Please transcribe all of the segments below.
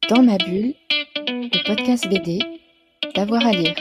Dans ma bulle, le podcast BD, d'avoir à lire.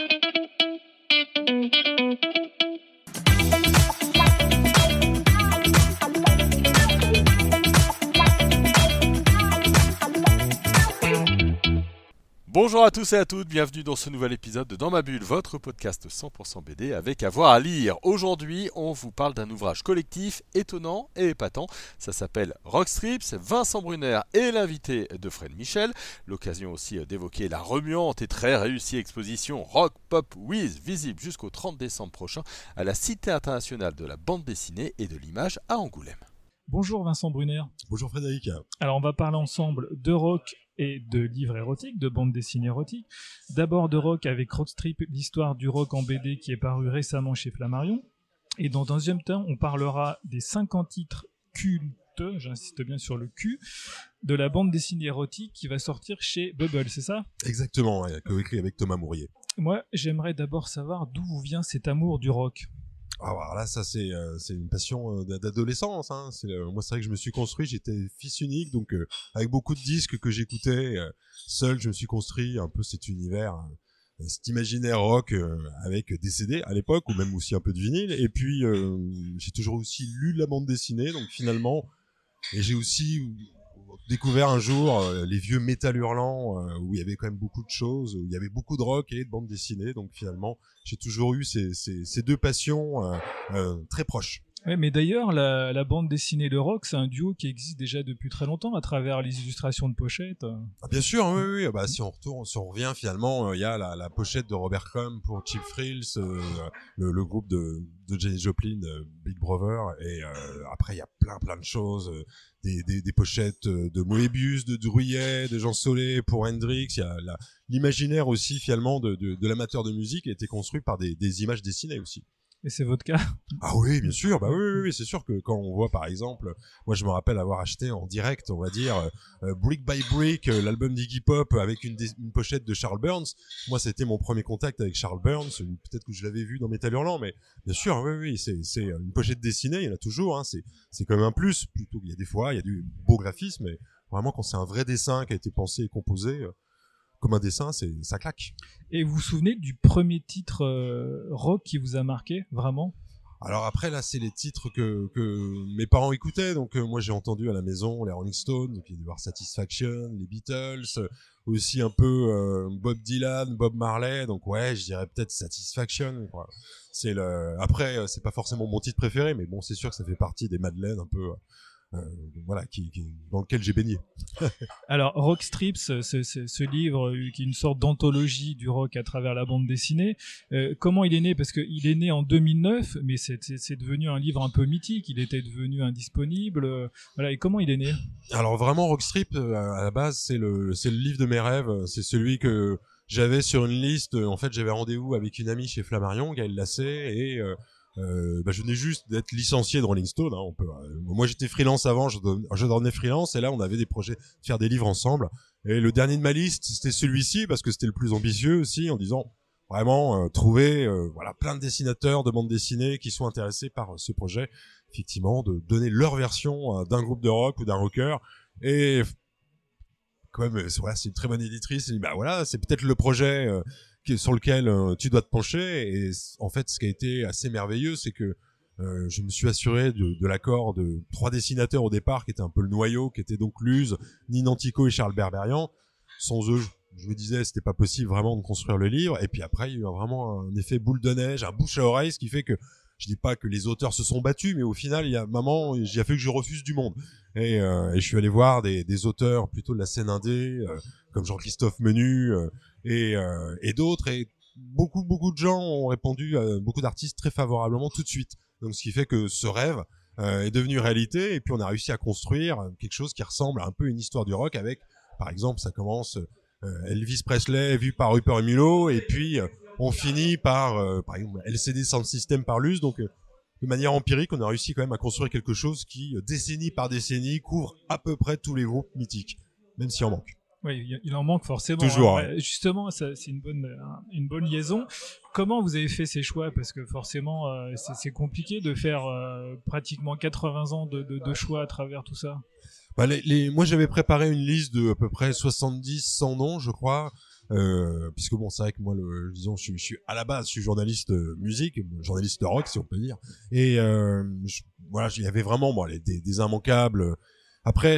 Bonjour à tous et à toutes, bienvenue dans ce nouvel épisode de Dans ma bulle, votre podcast 100% BD avec avoir à lire. Aujourd'hui, on vous parle d'un ouvrage collectif étonnant et épatant. Ça s'appelle Rockstrips. Vincent Brunner est l'invité de Fred Michel. L'occasion aussi d'évoquer la remuante et très réussie exposition Rock Pop Wiz, visible jusqu'au 30 décembre prochain à la Cité internationale de la bande dessinée et de l'image à Angoulême. Bonjour Vincent Brunner. Bonjour Frédéric. Alors on va parler ensemble de rock et de livres érotiques, de bandes dessinées érotiques. D'abord de rock avec Rockstrip, l'histoire du rock en BD qui est paru récemment chez Flammarion. Et dans un deuxième temps, on parlera des 50 titres cultes, j'insiste bien sur le cul, de la bande dessinée érotique qui va sortir chez Bubble, c'est ça ? Exactement, coécrit avec Thomas Mourier. Moi, j'aimerais d'abord savoir d'où vous vient cet amour du rock. Alors là, ça c'est une passion d'adolescence. Moi, c'est vrai que je me suis construit, j'étais fils unique, donc avec beaucoup de disques que j'écoutais, seul, je me suis construit un peu cet univers, cet imaginaire rock avec des CD à l'époque, ou même aussi un peu de vinyle. Et puis, j'ai toujours aussi lu la bande dessinée, donc finalement, et j'ai aussi découvert un jour les vieux métal hurlants où il y avait quand même beaucoup de choses, où il y avait beaucoup de rock et de bande dessinée, donc finalement j'ai toujours eu ces deux passions très proches. Oui, mais d'ailleurs, la bande dessinée de rock, c'est un duo qui existe déjà depuis très longtemps à travers les illustrations de pochettes. Ah, bien sûr, oui. Bah, si on revient finalement, il y a la pochette de Robert Crumb pour Cheap Thrills, le groupe de Janis Joplin, Big Brother, et après il y a plein de choses, des pochettes de Moebius, de Druillet, de Jean Solé pour Hendrix. Il y a l'imaginaire aussi finalement de l'amateur de musique a été construit par des images dessinées aussi. Et c'est votre cas ? Ah oui, bien sûr. Bah oui, c'est sûr que quand on voit par exemple, moi je me rappelle avoir acheté en direct, on va dire Brick by Brick, l'album d'Iggy Pop avec une pochette de Charles Burns. Moi, c'était mon premier contact avec Charles Burns. Peut-être que je l'avais vu dans Métal Hurlant, mais bien sûr, oui, c'est une pochette dessinée. Il y en a toujours. C'est quand même un plus. Plutôt qu'il y a des fois, il y a du beau graphisme, mais vraiment quand c'est un vrai dessin qui a été pensé et composé comme un dessin, ça claque. Et vous vous souvenez du premier titre rock qui vous a marqué, vraiment ? Alors après, là, c'est les titres que mes parents écoutaient. Donc moi, j'ai entendu à la maison les Rolling Stones, puis il y a dû voir Satisfaction, les Beatles, aussi un peu Bob Dylan, Bob Marley. Donc ouais, je dirais peut-être Satisfaction, quoi. Après, c'est pas forcément mon titre préféré, mais bon, c'est sûr que ça fait partie des madeleines un peu... voilà, dans lequel j'ai baigné. Alors, Rockstrips, ce livre qui est une sorte d'anthologie du rock à travers la bande dessinée, comment il est né ? Parce qu'il est né en 2009, mais c'est devenu un livre un peu mythique, il était devenu indisponible. Voilà, et comment il est né ? Alors vraiment, Rockstrip, à la base, c'est le livre de mes rêves, c'est celui que j'avais sur une liste. En fait, j'avais rendez-vous avec une amie chez Flammarion, Gaëlle Lassé, et... je venais juste d'être licencié de Rolling Stone. Moi, j'étais freelance avant, je devenais freelance, et là, on avait des projets de faire des livres ensemble. Et le dernier de ma liste, c'était celui-ci, parce que c'était le plus ambitieux aussi, en disant vraiment trouver plein de dessinateurs de bande dessinée qui sont intéressés par ce projet, effectivement, de donner leur version d'un groupe de rock ou d'un rocker. Et quand même, c'est une très bonne éditrice. Elle dit, c'est peut-être le projet sur lequel tu dois te pencher. Et en fait, ce qui a été assez merveilleux, c'est que je me suis assuré de l'accord de 3 dessinateurs au départ, qui étaient un peu le noyau, qui étaient donc Luz, Ninantico et Charles Berberian. Sans eux, je me disais, c'était pas possible vraiment de construire le livre. Et puis après, il y a eu vraiment un effet boule de neige, un bouche à oreille, ce qui fait que je dis pas que les auteurs se sont battus, mais au final, il y a fallu que je refuse du monde. Et je suis allé voir des auteurs plutôt de la scène indé, comme Jean-Christophe Menu, et d'autres, et beaucoup de gens ont répondu, beaucoup d'artistes très favorablement tout de suite. Donc ce qui fait que ce rêve est devenu réalité, et puis on a réussi à construire quelque chose qui ressemble à un peu une histoire du rock avec, par exemple, ça commence Elvis Presley vu par Rupert Murdoch, et puis on finit par exemple LCD Sound System par Luz. Donc de manière empirique, on a réussi quand même à construire quelque chose qui, décennie par décennie, couvre à peu près tous les groupes mythiques, même s'il en manque. Oui, il en manque forcément. Toujours. Hein. Justement, ça, c'est une bonne liaison. Comment vous avez fait ces choix ? Parce que forcément, c'est compliqué de faire pratiquement 80 ans de choix à travers tout ça. Moi, j'avais préparé une liste de à peu près 100 noms, je crois. Puisque bon, c'est vrai que moi, disons, je suis à la base, je suis journaliste musique, journaliste de rock, si on peut dire. Et voilà, il y avait vraiment des immanquables. Après,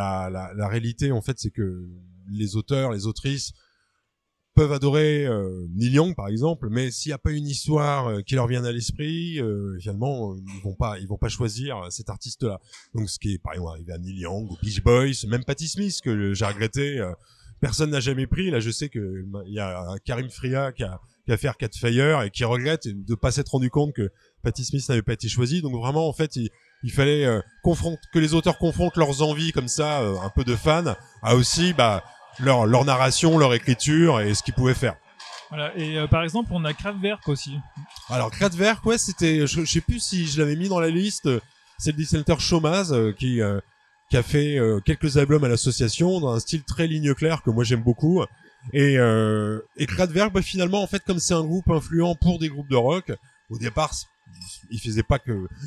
la réalité, en fait, c'est que les auteurs, les autrices peuvent adorer Neil Young, par exemple, mais s'il n'y a pas une histoire qui leur vient à l'esprit, finalement, ils vont pas choisir cet artiste-là. Donc, ce qui est, par exemple, arrivé à Neil Young, aux Beach Boys, même Patti Smith, que j'ai regretté. Personne n'a jamais pris. Là, je sais que il y a Karim Fria qui a fait Arcade Fire et qui regrette de pas s'être rendu compte que Patti Smith n'avait pas été choisie. Donc vraiment, en fait, il fallait que les auteurs confrontent leurs envies comme ça, un peu de fans, à aussi leur narration, leur écriture et ce qu'ils pouvaient faire. Voilà. Et par exemple, on a Kraftwerk aussi. Alors Kraftwerk, ouais, c'était, je sais plus si je l'avais mis dans la liste. C'est le dessinateur Chomaz qui a fait quelques albums à l'association dans un style très ligne claire que moi j'aime beaucoup. Et Kraftwerk, finalement, en fait, comme c'est un groupe influent pour des groupes de rock, au départ, il faisait pas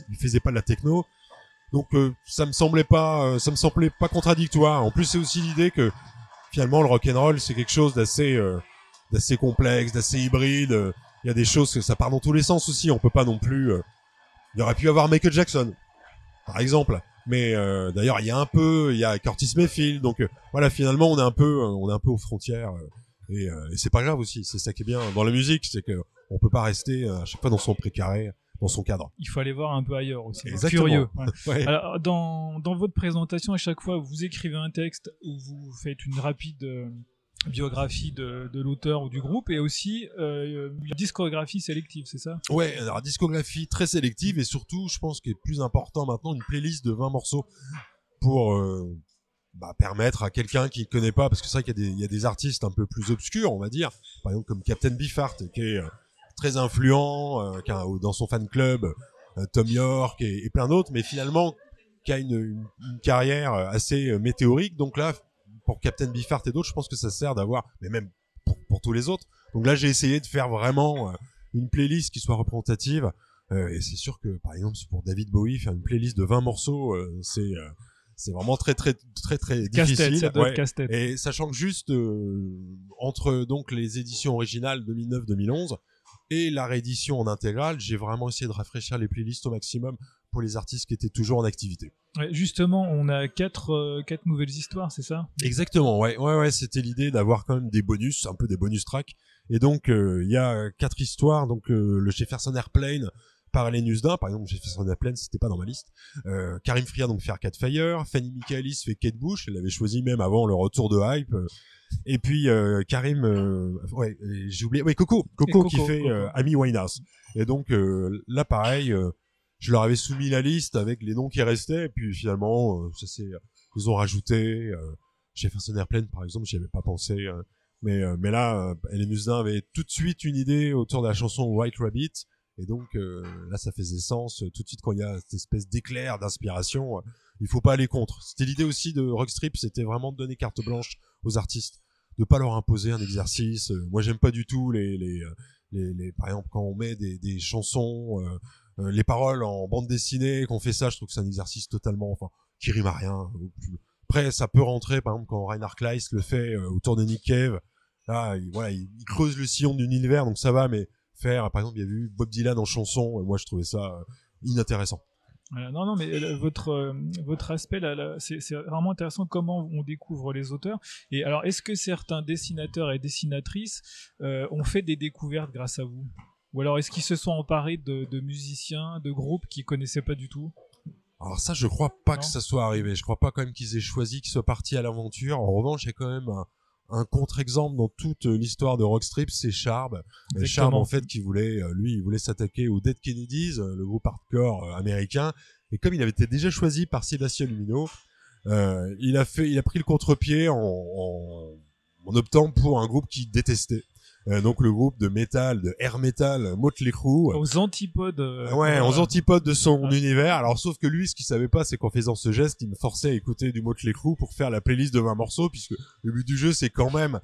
de la techno. Donc ça me semblait pas contradictoire. En plus, c'est aussi l'idée que finalement le rock and roll c'est quelque chose d'assez complexe, d'assez hybride. Il y a des choses que ça part dans tous les sens aussi. On peut pas non plus. Il y aurait pu y avoir Michael Jackson, par exemple. Mais d'ailleurs, il y a Curtis Mayfield. Donc voilà, finalement, on est un peu aux frontières. Et c'est pas grave aussi. C'est ça qui est bien dans la musique, c'est que on peut pas rester à chaque fois dans son précaré, dans son cadre. Il faut aller voir un peu ailleurs aussi. Exactement. Curieux. Ouais. Ouais. Alors, dans votre présentation, à chaque fois, vous écrivez un texte où vous faites une rapide biographie de l'auteur ou du groupe, et aussi une discographie sélective, c'est ça? Ouais, alors discographie très sélective, et surtout, je pense qu'il est plus important maintenant, une playlist de 20 morceaux pour permettre à quelqu'un qui ne connaît pas, parce que c'est vrai qu'il y a des artistes un peu plus obscurs, on va dire, par exemple comme Captain Beefheart, qui est très influent, qui a dans son fan club Tom York et plein d'autres, mais finalement qui a une carrière assez météorique. Donc là, pour Captain Beefheart et d'autres, je pense que ça sert d'avoir, mais même pour tous les autres. Donc là, j'ai essayé de faire vraiment une playlist qui soit représentative. Et c'est sûr que, par exemple, pour David Bowie, faire une playlist de 20 morceaux, c'est vraiment très difficile. Casse-tête, ça doit être casse-tête. Et sachant que juste entre donc les éditions originales 2009-2011 et la réédition en intégrale, j'ai vraiment essayé de rafraîchir les playlists au maximum pour les artistes qui étaient toujours en activité. Ouais, justement, on a quatre nouvelles histoires, c'est ça? Exactement, ouais, c'était l'idée d'avoir quand même des bonus, un peu des bonus tracks. Et donc il y a 4 histoires, donc le Jefferson Airplane par Allen Usdin, par exemple Jefferson Airplane, c'était pas dans ma liste. Karim Fria donc fait Arcade Fire, Fanny Michaelis fait Kate Bush, elle l'avait choisi même avant le retour de Hype. Et puis Karim, j'ai oublié, Coco qui fait Amy Winehouse. Et donc là pareil, je leur avais soumis la liste avec les noms qui restaient, et puis finalement ils ont rajouté Jefferson Airplane par exemple, j'y avais pas pensé, mais là Allen Usdin avait tout de suite une idée autour de la chanson White Rabbit, et donc là ça faisait sens tout de suite quand il y a cette espèce d'éclair d'inspiration. Il faut pas aller contre. C'était l'idée aussi de Rockstrip, c'était vraiment de donner carte blanche aux artistes, de pas leur imposer un exercice. Moi j'aime pas du tout les par exemple quand on met des chansons les paroles en bande dessinée, qu'on fait ça, je trouve que c'est un exercice totalement qui rime à rien. Après ça peut rentrer par exemple quand Reinhard Kleist le fait autour de Nick Cave. Là il creuse le sillon d'un univers, donc ça va, mais faire par exemple il y a eu Bob Dylan en chanson, et moi je trouvais ça inintéressant. Voilà, non, mais votre aspect là, c'est vraiment intéressant, comment on découvre les auteurs. Et alors, est-ce que certains dessinateurs et dessinatrices ont fait des découvertes grâce à vous? Ou alors, est-ce qu'ils se sont emparés de musiciens, de groupes qu'ils connaissaient pas du tout? Alors ça, je crois pas que ça soit arrivé. Je crois pas quand même qu'ils aient choisi, qu'ils soient partis à l'aventure. En revanche, il y a quand même un contre-exemple dans toute l'histoire de Rockstrip, c'est Sharp. Sharp, en fait, il voulait s'attaquer aux Dead Kennedys, le groupe hardcore américain. Et comme il avait été déjà choisi par Sébastien Lumino, il a pris le contre-pied en optant pour un groupe qu'il détestait. Donc le groupe de métal, de air metal, Motley Crue. Aux antipodes. Aux antipodes de son univers. Alors sauf que lui, ce qu'il savait pas, c'est qu'en faisant ce geste, il me forçait à écouter du Motley Crue pour faire la playlist de 20 morceaux, puisque le but du jeu, c'est quand même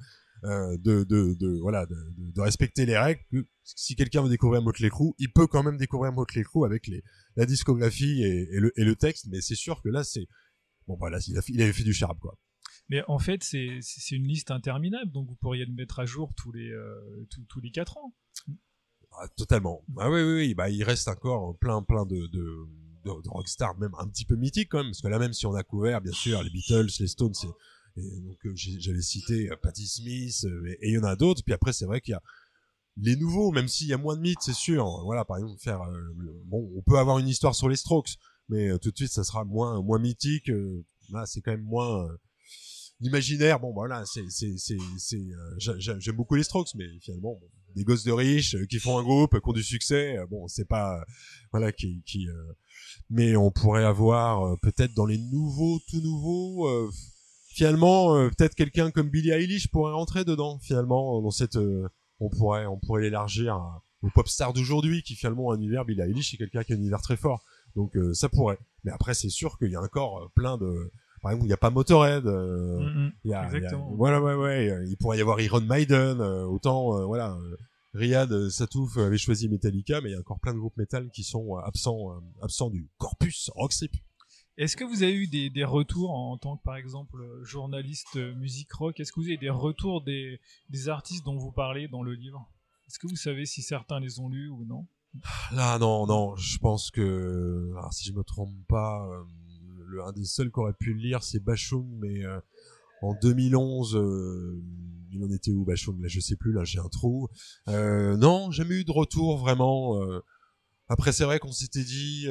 de respecter les règles. Si quelqu'un veut découvrir Motley Crue, il peut quand même découvrir Motley Crue avec la discographie et le texte. Mais c'est sûr que là, bon voilà, il avait fait du charme quoi. Mais en fait, c'est une liste interminable, donc vous pourriez le mettre à jour tous les 4 ans. Ah, totalement. Ah oui, bah il reste encore plein de rockstars, même un petit peu mythiques quand même, parce que là même si on a couvert bien sûr les Beatles, les Stones, et donc j'avais cité Patti Smith, et il y en a d'autres. Puis après c'est vrai qu'il y a les nouveaux, même s'il y a moins de mythes, c'est sûr. Voilà, par exemple faire bon, on peut avoir une histoire sur les Strokes, mais tout de suite ça sera moins mythique. Là c'est quand même moins l'imaginaire. Bon voilà, j'aime beaucoup les Strokes, mais finalement bon, des gosses de riches qui font un groupe, qui ont du succès, bon c'est pas voilà mais on pourrait avoir peut-être dans les tout nouveaux finalement peut-être quelqu'un comme Billie Eilish pourrait rentrer dedans finalement dans cette on pourrait l'élargir aux pop stars d'aujourd'hui qui finalement ont un univers. Billie Eilish c'est quelqu'un qui a un univers très fort, donc ça pourrait. Mais après c'est sûr qu'il y a encore plein de, par exemple il n'y a pas Motorhead, voilà ouais, il pourrait y avoir Iron Maiden, autant voilà Riyad Satouf avait choisi Metallica, mais il y a encore plein de groupes métal qui sont absents du corpus Rockstrip. Est-ce que vous avez eu des retours en tant que, par exemple, journaliste musique rock? Est-ce que vous avez des retours des artistes dont vous parlez dans le livre? Est-ce que vous savez si certains les ont lus ou non? Là, non, je pense que, alors, si je me trompe pas, un des seuls qui aurait pu le lire, c'est Bashung, mais en 2011, il en était où Bashung? Là, je sais plus, là, j'ai un trou. Non, jamais eu de retour, vraiment. Après, c'est vrai qu'on s'était dit,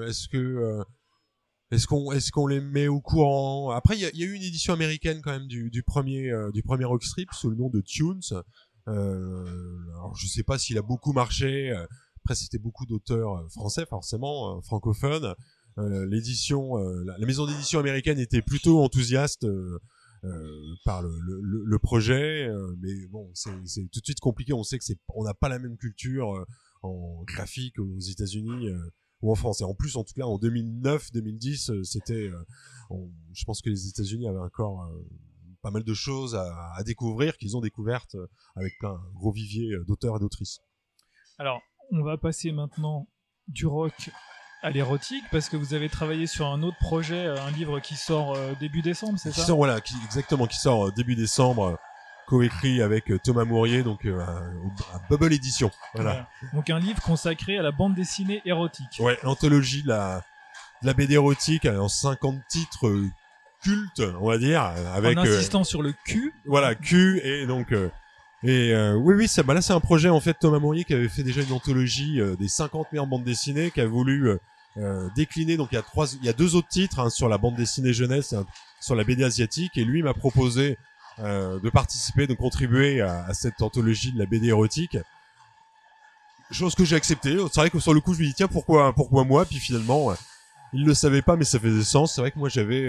est-ce qu'on les met au courant? Après, il y a eu une édition américaine quand même du premier Rockstrip sous le nom de Tunes. Alors je sais pas s'il a beaucoup marché. Après, c'était beaucoup d'auteurs français, forcément francophones. L'édition, la maison d'édition américaine était plutôt enthousiaste par le projet, mais bon, c'est tout de suite compliqué. On sait que on n'a pas la même culture en graphique aux États-Unis. Ou en France. Et en plus, en tout cas, en 2009-2010, c'était, je pense que les États-Unis avaient encore pas mal de choses à découvrir, qu'ils ont découvertes avec plein gros vivier d'auteurs et d'autrices. Alors, on va passer maintenant du rock à l'érotique, parce que vous avez travaillé sur un autre projet, un livre qui sort début décembre, c'est ça? Exactement, qui sort début décembre, coécrit avec Thomas Mourier, donc à Bubble Edition. Voilà. Donc un livre consacré à la bande dessinée érotique. Ouais, l'anthologie de la BD érotique en 50 titres cultes, on va dire, avec en insistant sur le Q. Voilà, Q, et donc oui, là c'est un projet en fait Thomas Mourier qui avait fait déjà une anthologie des 50 meilleures bandes dessinées, qui a voulu décliner. Donc il y a 2 autres titres sur la bande dessinée jeunesse, sur la BD asiatique, et lui m'a proposé de participer, de contribuer à cette anthologie de la BD érotique. Chose que j'ai acceptée. C'est vrai que sur le coup, je me dis tiens, pourquoi moi? Puis finalement, il le savait pas, mais ça faisait sens. C'est vrai que moi, j'avais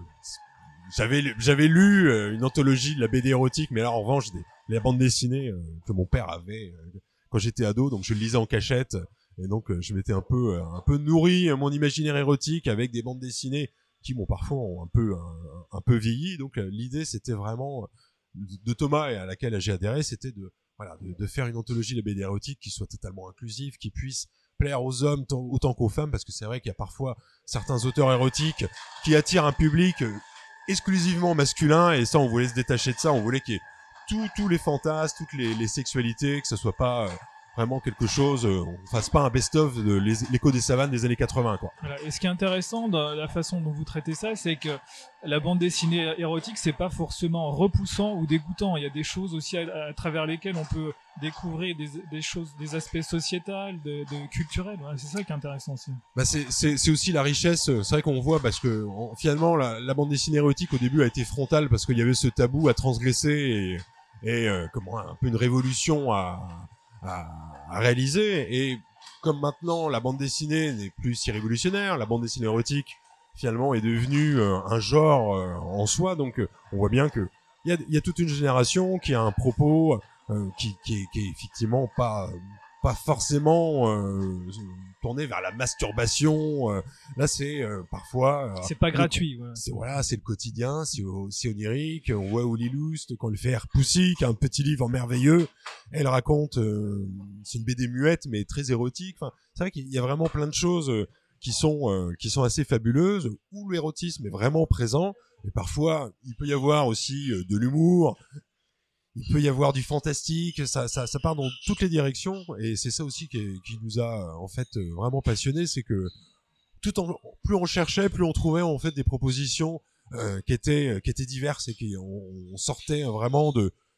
lu une anthologie de la BD érotique, mais là, en revanche, les bandes dessinées que mon père avait quand j'étais ado, donc je le lisais en cachette, et donc je m'étais un peu nourri mon imaginaire érotique avec des bandes dessinées qui m'ont parfois un peu vieilli. Donc l'idée c'était vraiment de Thomas, et à laquelle j'ai adhéré, c'était de faire une anthologie de la BD érotique qui soit totalement inclusive, qui puisse plaire aux hommes autant qu'aux femmes, parce que c'est vrai qu'il y a parfois certains auteurs érotiques qui attirent un public exclusivement masculin, et ça on voulait se détacher de ça. On voulait qu'il y ait tous les fantasmes, toutes les sexualités, que ce soit pas vraiment quelque chose, on fasse pas un best-of de l'écho des savanes des années 80, quoi. Voilà. Et ce qui est intéressant dans la façon dont vous traitez ça, c'est que la bande dessinée érotique, c'est pas forcément repoussant ou dégoûtant. Il y a des choses aussi à travers lesquelles on peut découvrir des choses, des aspects sociétals, culturels. Voilà, c'est ça qui est intéressant aussi. Bah c'est aussi la richesse. C'est vrai qu'on voit, parce que finalement la bande dessinée érotique au début a été frontale, parce qu'il y avait ce tabou à transgresser, et comment un peu une révolution à réaliser. Et comme maintenant la bande dessinée n'est plus si révolutionnaire, la bande dessinée érotique finalement est devenue un genre en soi. Donc on voit bien que il y a toute une génération qui a un propos qui est effectivement pas forcément tourné vers la masturbation. Là c'est parfois c'est pas gratuit. C'est le quotidien, c'est onirique. On voit Oli Lust quand le fait Air Pussy, qui a un petit livre merveilleux. Elle raconte, c'est une BD muette mais très érotique. Enfin, c'est vrai qu'il y a vraiment plein de choses. qui sont assez fabuleuses, où l'érotisme est vraiment présent. Et parfois, il peut y avoir aussi de l'humour, il peut y avoir du fantastique, ça part dans toutes les directions. Et c'est ça aussi qui nous a en fait vraiment passionnés, c'est que plus on cherchait, plus on trouvait en fait des propositions qui étaient diverses et on sortait vraiment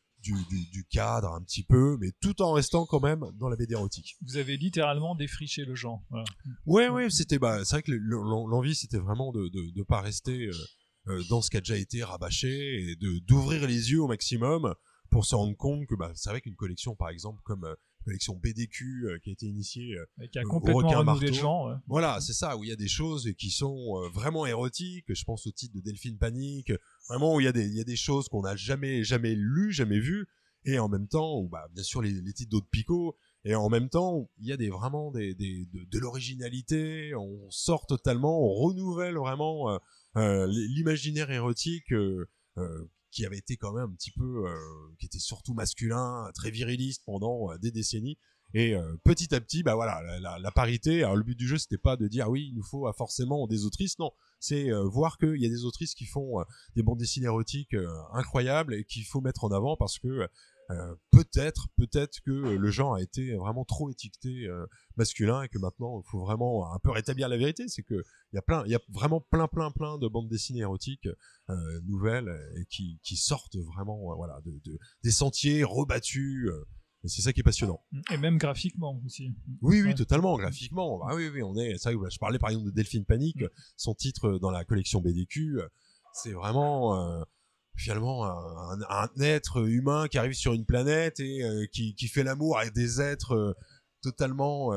du cadre un petit peu, mais tout en restant quand même dans la BD érotique. Vous avez littéralement défriché le genre. Voilà. Ouais, c'était c'est vrai que l'envie c'était vraiment de pas rester dans ce qui a déjà été rabâché et d'ouvrir les yeux au maximum pour se rendre compte que c'est vrai qu'une collection par exemple comme collection BDQ qui a été initiée qui a complètement renouvelé le genre. Ouais. Voilà, c'est ça, où il y a des choses qui sont vraiment érotiques. Je pense au titre de Delphine Panique, vraiment où il y a des choses qu'on n'a jamais lues, jamais vues, et en même temps, où, bien sûr les titres d'Aude Picot, et en même temps, il y a vraiment de l'originalité. On sort totalement, on renouvelle vraiment l'imaginaire érotique. Qui avait été quand même un petit peu, qui était surtout masculin, très viriliste pendant des décennies. Et petit à petit, voilà, la parité. Alors le but du jeu, c'était pas de dire oui, il nous faut forcément des autrices. Non, c'est voir qu'il y a des autrices qui font des bandes dessinées érotiques incroyables et qu'il faut mettre en avant parce que peut-être que le genre a été vraiment trop étiqueté masculin et que maintenant il faut vraiment un peu rétablir la vérité. C'est que il y a vraiment plein de bandes dessinées érotiques nouvelles et qui sortent vraiment voilà des sentiers rebattus. Et c'est ça qui est passionnant. Et même graphiquement aussi. Oui, ouais. Totalement, graphiquement. Oui, on est. C'est vrai que je parlais par exemple de Delphine Panique, son titre dans la collection BDQ, c'est vraiment finalement un être humain qui arrive sur une planète et qui fait l'amour avec des êtres totalement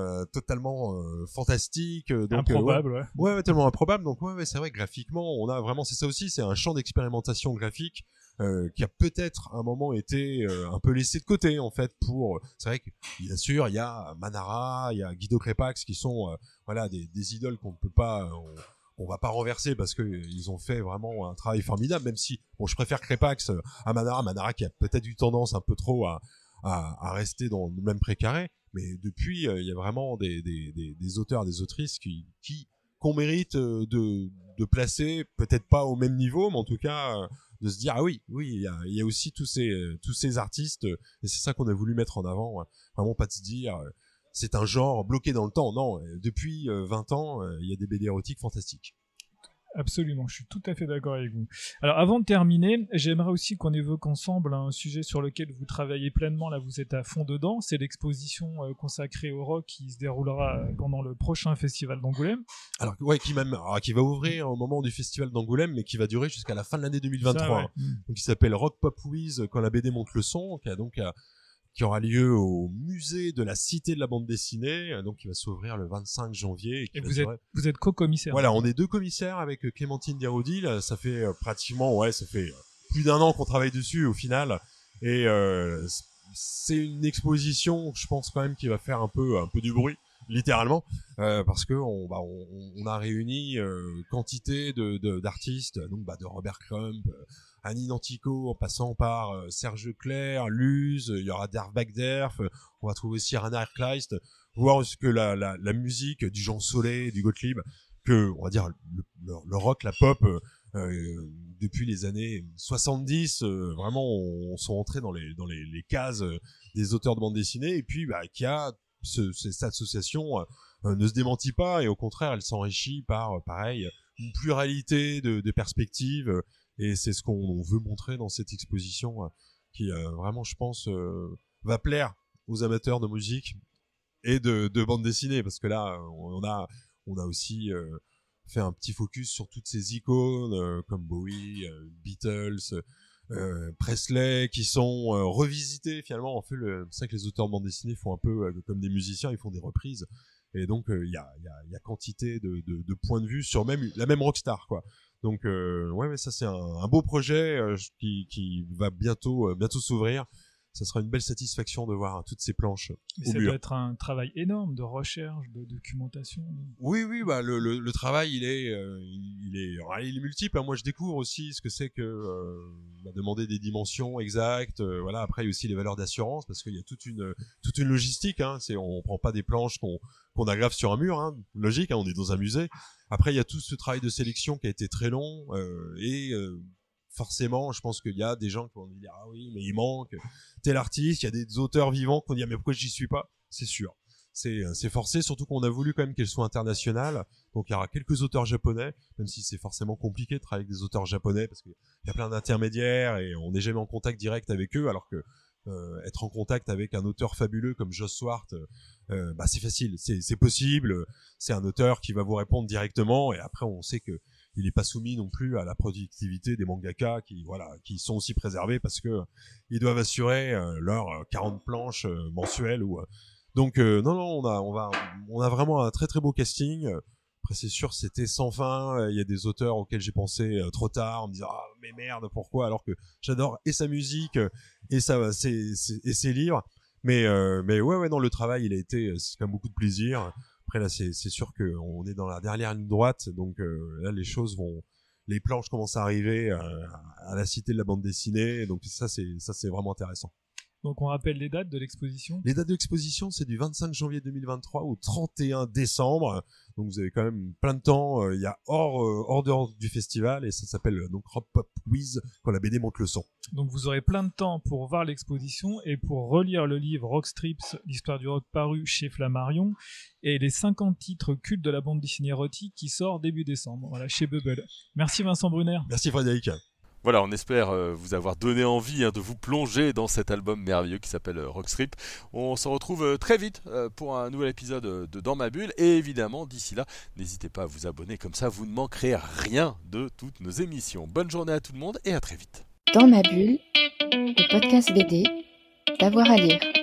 fantastique, donc improbable, ouais, tellement improbable. Donc ouais, c'est vrai que graphiquement on a vraiment, c'est ça aussi, c'est un champ d'expérimentation graphique qui a peut-être à un moment été un peu laissé de côté en fait. C'est vrai que bien sûr il y a Manara, il y a Guido Crepax qui sont voilà des idoles qu'on ne peut pas on va pas renverser parce que ils ont fait vraiment un travail formidable, même si je préfère Crepax à Manara qui a peut-être eu tendance un peu trop à rester dans le même précaré. Mais depuis, il y a vraiment des auteurs, des autrices qu'on mérite de placer, peut-être pas au même niveau, mais en tout cas de se dire oui, il y a aussi tous ces artistes, et c'est ça qu'on a voulu mettre en avant. Vraiment pas de se dire c'est un genre bloqué dans le temps. Non, depuis 20 ans, il y a des BD érotiques fantastiques. Absolument, je suis tout à fait d'accord avec vous. Alors avant de terminer, j'aimerais aussi qu'on évoque ensemble un sujet sur lequel vous travaillez pleinement, là vous êtes à fond dedans, c'est l'exposition consacrée au rock qui se déroulera pendant le prochain festival d'Angoulême. Alors ouais, qui va ouvrir au moment du festival d'Angoulême, mais qui va durer jusqu'à la fin de l'année 2023. Ça, ouais. Donc il s'appelle Rock Pop Wiz quand la BD monte le son, qui aura lieu au musée de la Cité de la bande dessinée, donc qui va s'ouvrir le 25 janvier. Et vous êtes co-commissaire. Voilà, on est 2 commissaires avec Clémentine Diaudi. Ça fait ça fait plus d'1 an qu'on travaille dessus au final. Et c'est une exposition, je pense quand même, qui va faire un peu du bruit, littéralement, parce que on a réuni quantité d'artistes, donc de Robert Crump, Annie Nantico, en passant par Serge Leclerc, Luz, il y aura Derf Bagderf, on va trouver aussi Rana Erkleist, voir que la musique du Jean Solé, du Gottlieb, que on va dire le rock, la pop, depuis les années 70, vraiment on sont entrés dans les cases des auteurs de bande dessinée, et puis qui a cette association ne se démentit pas, et au contraire elle s'enrichit par pareil une pluralité de perspectives. Et c'est ce qu'on veut montrer dans cette exposition qui vraiment, je pense, va plaire aux amateurs de musique et de bande dessinée, parce que là, on a aussi fait un petit focus sur toutes ces icônes comme Bowie, Beatles, Presley, qui sont revisitées finalement. En fait, c'est vrai que les auteurs de bande dessinée font un peu comme des musiciens, ils font des reprises. Et donc, il y a quantité de points de vue sur la même rockstar, quoi. Donc mais ça c'est un beau projet qui va bientôt s'ouvrir, ça sera une belle satisfaction de voir toutes ces planches Mais au ça mur. doit être un travail énorme de recherche, de documentation. Oui, bah le travail il est multiple. Moi, je découvre aussi ce que c'est que demander des dimensions exactes. Voilà. Après, il y a aussi les valeurs d'assurance parce qu'il y a toute une logistique. Hein. On prend pas des planches qu'on aggrave sur un mur. Hein. Logique. Hein, on est dans un musée. Après, il y a tout ce travail de sélection qui a été très long forcément, je pense qu'il y a des gens qui vont dire ah oui, mais il manque tel artiste. Il y a des auteurs vivants qui vont dire mais pourquoi j'y suis pas? C'est sûr. C'est forcé, surtout qu'on a voulu quand même qu'elle soit internationale. Donc il y aura quelques auteurs japonais, même si c'est forcément compliqué de travailler avec des auteurs japonais parce qu'il y a plein d'intermédiaires et on n'est jamais en contact direct avec eux, alors que être en contact avec un auteur fabuleux comme Joss Swart, c'est facile, c'est possible. C'est un auteur qui va vous répondre directement et après on sait que il n'est pas soumis non plus à la productivité des mangaka qui sont aussi préservés parce que ils doivent assurer leurs 40 planches mensuelles ou donc non, on a vraiment un très très beau casting. Après c'est sûr c'était sans fin. Il y a des auteurs auxquels j'ai pensé trop tard en me disant ah mais merde pourquoi, alors que j'adore et sa musique et ses livres. Mais ouais non, le travail il a été, c'est quand même beaucoup de plaisir. Après là c'est sûr que on est dans la dernière ligne droite, donc là les planches commencent à arriver à la Cité de la bande dessinée, donc ça c'est vraiment intéressant. Donc on rappelle les dates de l'exposition. Les dates de l'exposition, c'est du 25 janvier 2023 au 31 décembre. Donc vous avez quand même plein de temps. Il y a hors dehors du festival et ça s'appelle donc Rock Pop Quiz quand la BD monte le son. Donc vous aurez plein de temps pour voir l'exposition et pour relire le livre Rock Strips, l'histoire du rock paru chez Flammarion et les 50 titres cultes de la bande dessinée érotique qui sort début décembre, voilà, chez Bubble. Merci Vincent Brunner. Merci Frédéric. Voilà, on espère vous avoir donné envie de vous plonger dans cet album merveilleux qui s'appelle Rockstrip. On se retrouve très vite pour un nouvel épisode de Dans ma bulle. Et évidemment, d'ici là, n'hésitez pas à vous abonner. Comme ça, vous ne manquerez rien de toutes nos émissions. Bonne journée à tout le monde et à très vite. Dans ma bulle, le podcast BD, d'avoir à lire.